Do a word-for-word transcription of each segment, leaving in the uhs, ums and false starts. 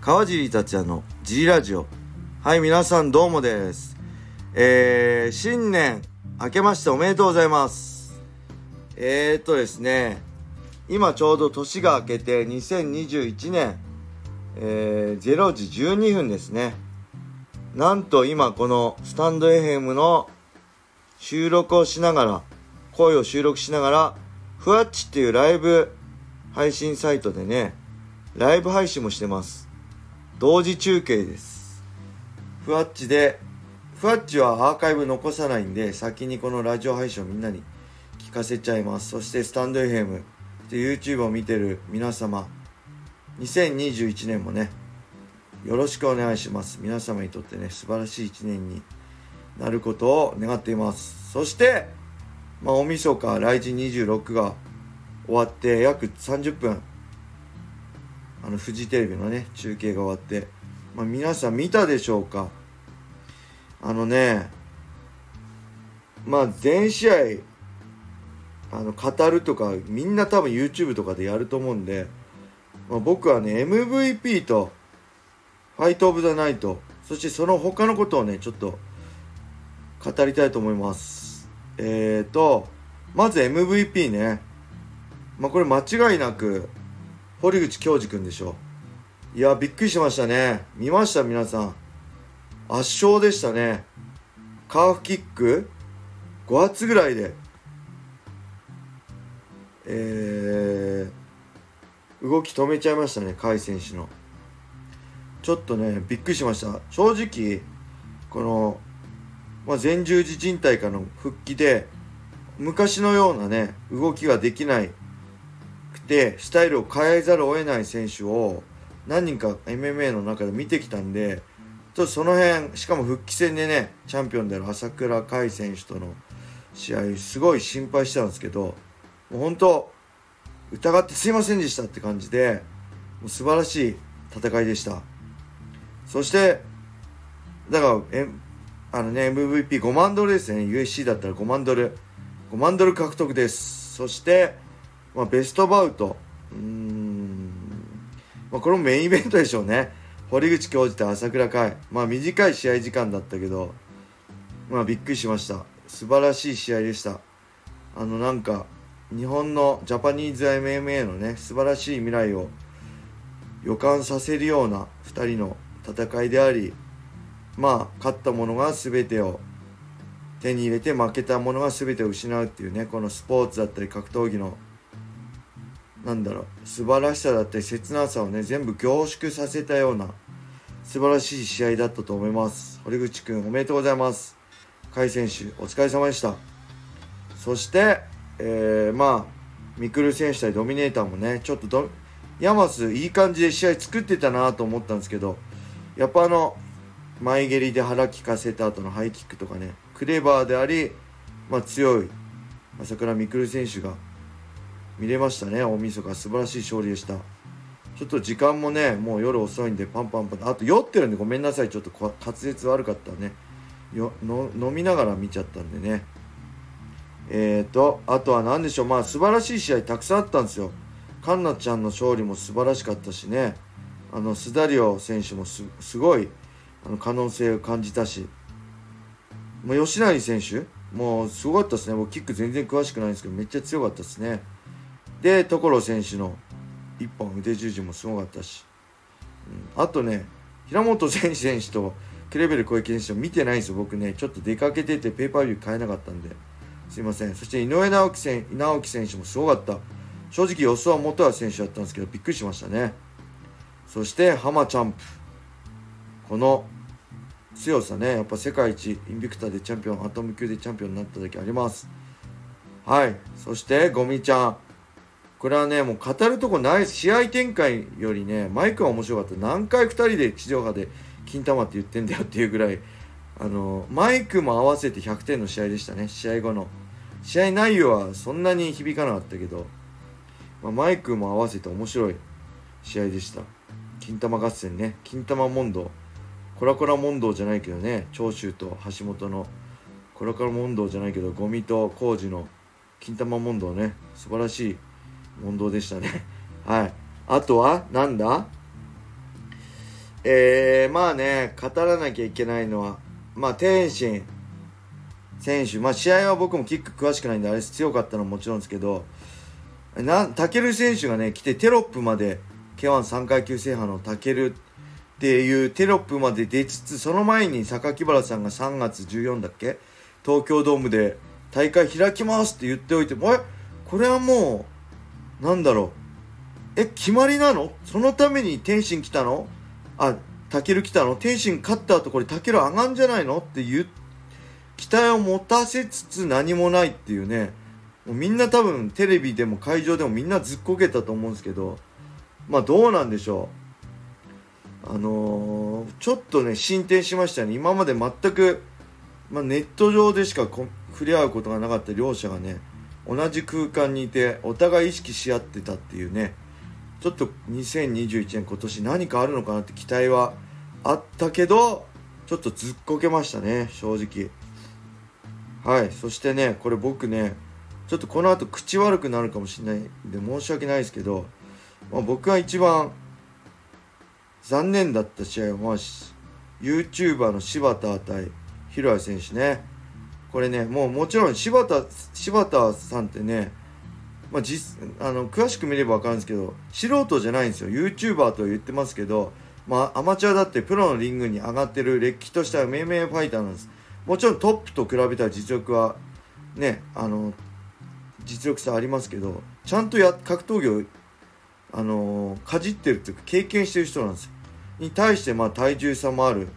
川尻達也のジリラジオ。はい、皆さんどうもです。えー、新年明けましておめでとうございます。えーっとですね今ちょうど年が明けてにせんにじゅういちねん、えー、れいじじゅうにふんですね。なんと今このスタンド エフエム の収録をしながら声を収録しながらふわっちっていうライブ配信サイトでねライブ配信もしてます。同時中継です。ふわっちでふわっちはアーカイブ残さないんで先にこのラジオ配信をみんなに聞かせちゃいます。そしてスタンド エフエム で YouTube を見てる皆様、にせんにじゅういちねんもねよろしくお願いします。皆様にとってね素晴らしいいちねんになることを願っています。そしてまあ大晦日雷神にじゅうろくが終わって約さんじゅっぷんあのフジテレビのね中継が終わって、まあ、皆さん見たでしょうか。あのねまあ全試合あの語るとかみんな多分 YouTube とかでやると思うんで、まあ、僕はね エムブイピー とファイトオブザナイト、そしてその他のことをねちょっと語りたいと思います。えーとまず エムブイピー ね、まあこれ間違いなく堀口恭司くんでしょ。いやびっくりしましたね。見ました皆さん。圧勝でしたね。カーフキックご発ぐらいでえー、動き止めちゃいましたね。甲斐選手のちょっとねびっくりしました。正直この、まあ、前十字靭帯からの復帰で昔のようなね動きができないくてスタイルを変えざるを得ない選手を何人か エムエムエー の中で見てきたんで、ちょっとその辺しかも復帰戦でねチャンピオンである朝倉海選手との試合すごい心配してたんですけど、もう本当疑ってすいませんでしたって感じでもう素晴らしい戦いでした。そしてだからえあのね エムブイピーご 万ドルですね。 ユーエフシー だったらごまんドルごまんドル獲得です。そしてまあ、ベストバウトうーん、まあ、これもメインイベントでしょうね。堀口恭司と朝倉海、まあ短い試合時間だったけどまあびっくりしました。素晴らしい試合でした。あのなんか日本のジャパニーズ エムエムエー のね素晴らしい未来を予感させるようなふたりの戦いであり、まあ勝った者が全てを手に入れて負けた者が全てを失うっていうね、このスポーツだったり格闘技のなんだろう素晴らしさだったり切なさをね全部凝縮させたような素晴らしい試合だったと思います。堀口くんおめでとうございます。甲斐選手お疲れ様でした。そしてえー、まあミクル選手対ドミネーターもねちょっとドヤマスいい感じで試合作ってたなと思ったんですけど、やっぱあの前蹴りで腹効かせた後のハイキックとかねクレバーであり、まあ、強い朝倉未来選手が見れましたね。大晦日素晴らしい勝利でした。ちょっと時間もねもう夜遅いんでパンパンパン、あと酔ってるんでごめんなさい。ちょっと滑舌悪かったね。よの飲みながら見ちゃったんでね。えーとあとは何でしょう、まあ素晴らしい試合たくさんあったんですよ。カンナちゃんの勝利も素晴らしかったしね、あのスダリオ選手も す, すごいあの可能性を感じたし、もう吉成選手もうすごかったですね。僕キック全然詳しくないんですけどめっちゃ強かったですね。で所選手の一本腕十字もすごかったし、うん、あとね平本選手選手とクレベル小池選手も見てないんですよ僕ね。ちょっと出かけててペーパービュー買えなかったんですいません。そして井上直樹選手、直樹選手もすごかった。正直予想は元谷選手だったんですけどびっくりしましたね。そして浜チャンプ、この強さねやっぱ世界一インビクタでチャンピオン、アトム級でチャンピオンになった時あります。はい。そしてゴミちゃん、これはねもう語るとこない。試合展開よりねマイクは面白かった。何回ふたりで地上波で金玉って言ってんだよっていうぐらいあのマイクも合わせてひゃくてんの試合でしたね。試合後の試合内容はそんなに響かなかったけど、まあ、マイクも合わせて面白い試合でした。金玉合戦ね、金玉問答、コラコラ問答じゃないけどね、長州と橋本のコラコラ問答じゃないけどゴミと浩二の金玉問答ね、素晴らしい問答でしたねはい。あとはなんだえー、まあね語らなきゃいけないのはまあ天心選手、まあ試合は僕もキック詳しくないんであれ強かったのはもちろんですけど、なタケル選手がね来てテロップまで ケーワンさん 階級制覇のタケルっていうテロップまで出つつ、その前に榊原さんがさんがつじゅうよっかだっけ東京ドームで大会開きますって言っておいて、えこれはもうなんだろう、え決まりなの？そのために天心来たの？あタケル来たの？天心勝った後これタケル上がんじゃないのっていう期待を持たせつつ何もないっていうね、もうみんな多分テレビでも会場でもみんなずっこけたと思うんですけど、まあどうなんでしょう。あのー、ちょっとね進展しましたね。今まで全く、まあ、ネット上でしか触れ合うことがなかった両者がね同じ空間にいてお互い意識し合ってたっていうね、ちょっとにせんにじゅういちねん今年何かあるのかなって期待はあったけど、ちょっとずっこけましたね正直。はい。そしてねこれ僕ねちょっとこの後口悪くなるかもしれないんで申し訳ないですけど、まあ、僕が一番残念だった試合は、まあ、YouTuber の柴田対広谷選手ね。これねもうもちろん柴田柴田さんってね、まあ、実あの詳しく見れば分かるんですけど素人じゃないんですよ。 YouTuber とは言ってますけど、まあ、アマチュアだってプロのリングに上がってるれっきとした命名ファイターなんです。もちろんトップと比べたら実力はねあの実力差ありますけど、ちゃんとや格闘技をあのー、かじってるっていうか経験してる人なんですよ。に対してまあ体重差もある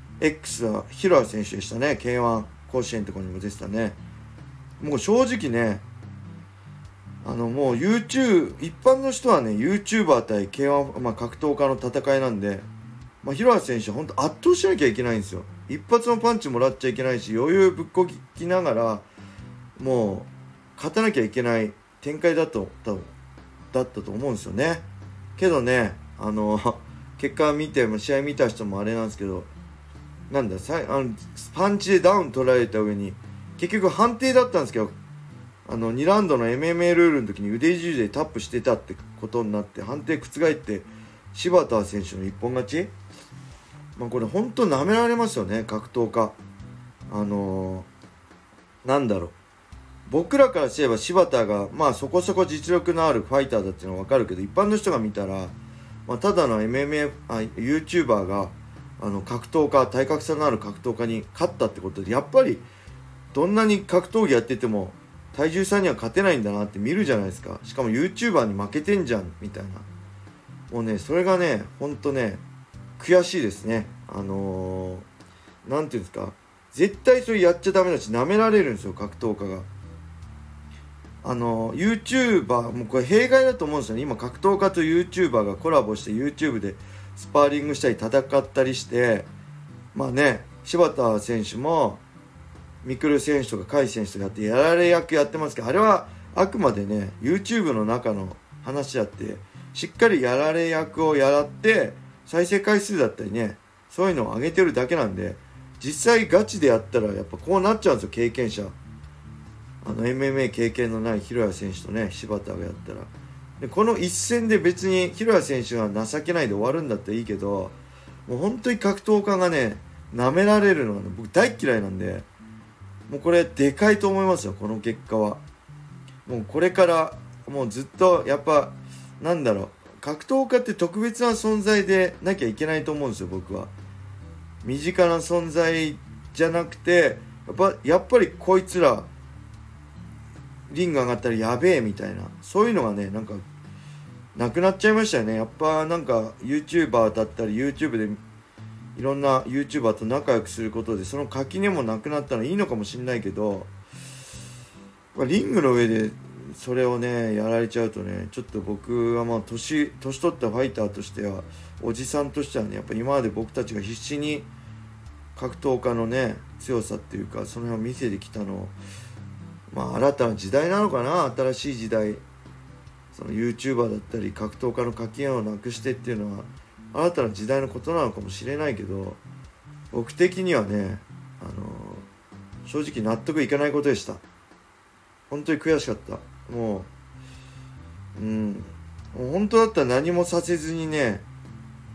X は広谷選手でしたね。 ケーワン 甲子園とかにも出てたね。もう正直ねあのもう YouTube 一般の人はね YouTuber 対 ケーワン、まあ、格闘家の戦いなんで、まあ、広谷選手は本当圧倒しなきゃいけないんですよ。一発のパンチもらっちゃいけないし余裕ぶっこきながらもう勝たなきゃいけない展開だとだったと思うんですよね。けどねあの結果見て試合見た人もあれなんですけど、なんださあのパンチでダウン取られた上に結局判定だったんですけど、あのにラウンドの エムエムエー ルールの時に腕十字でタップしてたってことになって判定覆って柴田選手の一本勝ち。まあこれ本当舐められますよね格闘家。あのー、なんだろう、僕らからすれば柴田がまあそこそこ実力のあるファイターだっていうのは分かるけど、一般の人が見たら、まあ、ただの エムエムエー あ YouTuber があの格闘家体格差のある格闘家に勝ったってことで、やっぱりどんなに格闘技やってても体重差には勝てないんだなって見るじゃないですか。しかも YouTuber に負けてんじゃんみたいな、もうねそれがねほんとね悔しいですね。あのー、なんていうんですか、絶対それやっちゃダメだし舐められるんですよ格闘家が。あの YouTuber もうこれ弊害だと思うんですよね。今格闘家と YouTuber がコラボして YouTube でスパーリングしたり戦ったりして、まあね柴田選手もミクル選手とか甲斐選手とかやってやられ役やってますけど、あれはあくまでね YouTube の中の話であって、しっかりやられ役をやらって再生回数だったりねそういうのを上げてるだけなんで、実際ガチでやったらやっぱこうなっちゃうんですよ。経験者あの エムエムエー 経験のない広谷選手とね柴田がやったら、でこの一戦で別に広谷選手が情けないで終わるんだったらいいけど、もう本当に格闘家がね舐められるのが、ね、僕大嫌いなんで、もうこれでかいと思いますよこの結果は。もうこれからもうずっとやっぱなんだろう、格闘家って特別な存在でなきゃいけないと思うんですよ僕は。身近な存在じゃなくてやっぱやっぱりこいつらリング上がったらやべえみたいな、そういうのがねなんかなくなっちゃいましたよね。やっぱなんか YouTuber だったり YouTube でいろんな YouTuber と仲良くすることでその垣根もなくなったのはいいのかもしれないけど、リングの上でそれをねやられちゃうとね、ちょっと僕はまあ年年取ったファイターとしてはおじさんとしてはね、やっぱ今まで僕たちが必死に格闘家のね強さっていうかその辺を見せてきたのを、まあ新たな時代なのかな、新しい時代、その YouTuber だったり格闘家の垣根をなくしてっていうのは新たな時代のことなのかもしれないけど、僕的にはねあの正直納得いかないことでした。本当に悔しかった。もううんもう本当だったら何もさせずにね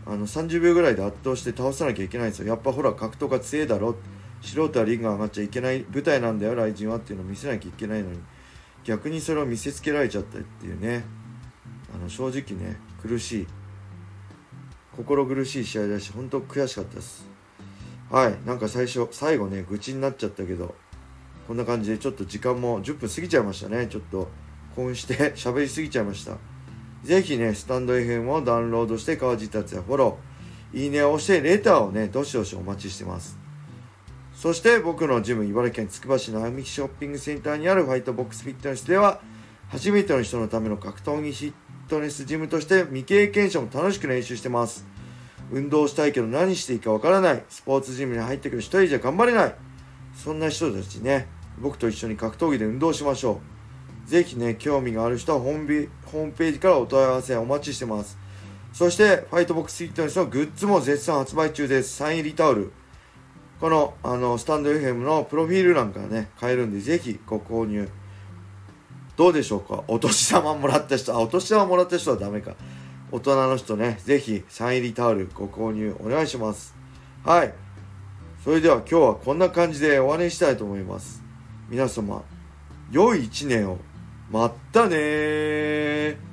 あのさんじゅうびょうぐらいで圧倒して倒さなきゃいけないんですよ。やっぱほら格闘家強えだろ、素人はリング上がっちゃいけない舞台なんだよ雷神はっていうのを見せなきゃいけないのに、逆にそれを見せつけられちゃったっていうね、あの正直ね苦しい心苦しい試合だし、本当悔しかったです。はい、なんか最初最後ね愚痴になっちゃったけど、こんな感じでちょっと時間もじゅっぷん過ぎちゃいましたね。ちょっと興奮して喋りすぎちゃいました。ぜひねスタンド エフエム をダウンロードして川地達也フォロー、いいねを押してレターをねどしどしお待ちしてます。そして僕のジム、茨城県つくば市の並木ショッピングセンターにあるファイトボックスフィットネスでは、初めての人のための格闘技フィットネスジムとして未経験者も楽しく練習してます。運動したいけど何していいかわからない、スポーツジムに入ってくる一人じゃ頑張れない、そんな人たちね、僕と一緒に格闘技で運動しましょう。ぜひね興味がある人はホームビホームページからお問い合わせお待ちしてます。そしてファイトボックスフィットネスのグッズも絶賛発売中です。サイン入りタオル、このあのスタンド エフエム のプロフィール欄からね買えるんで、ぜひご購入。どうでしょうか、お年玉もらった人、あお年玉もらった人はダメか、大人の人ね、ぜひサイン入りタオルご購入お願いします。はい、それでは今日はこんな感じで終わりにしたいと思います。皆様良い一年を。まったねー。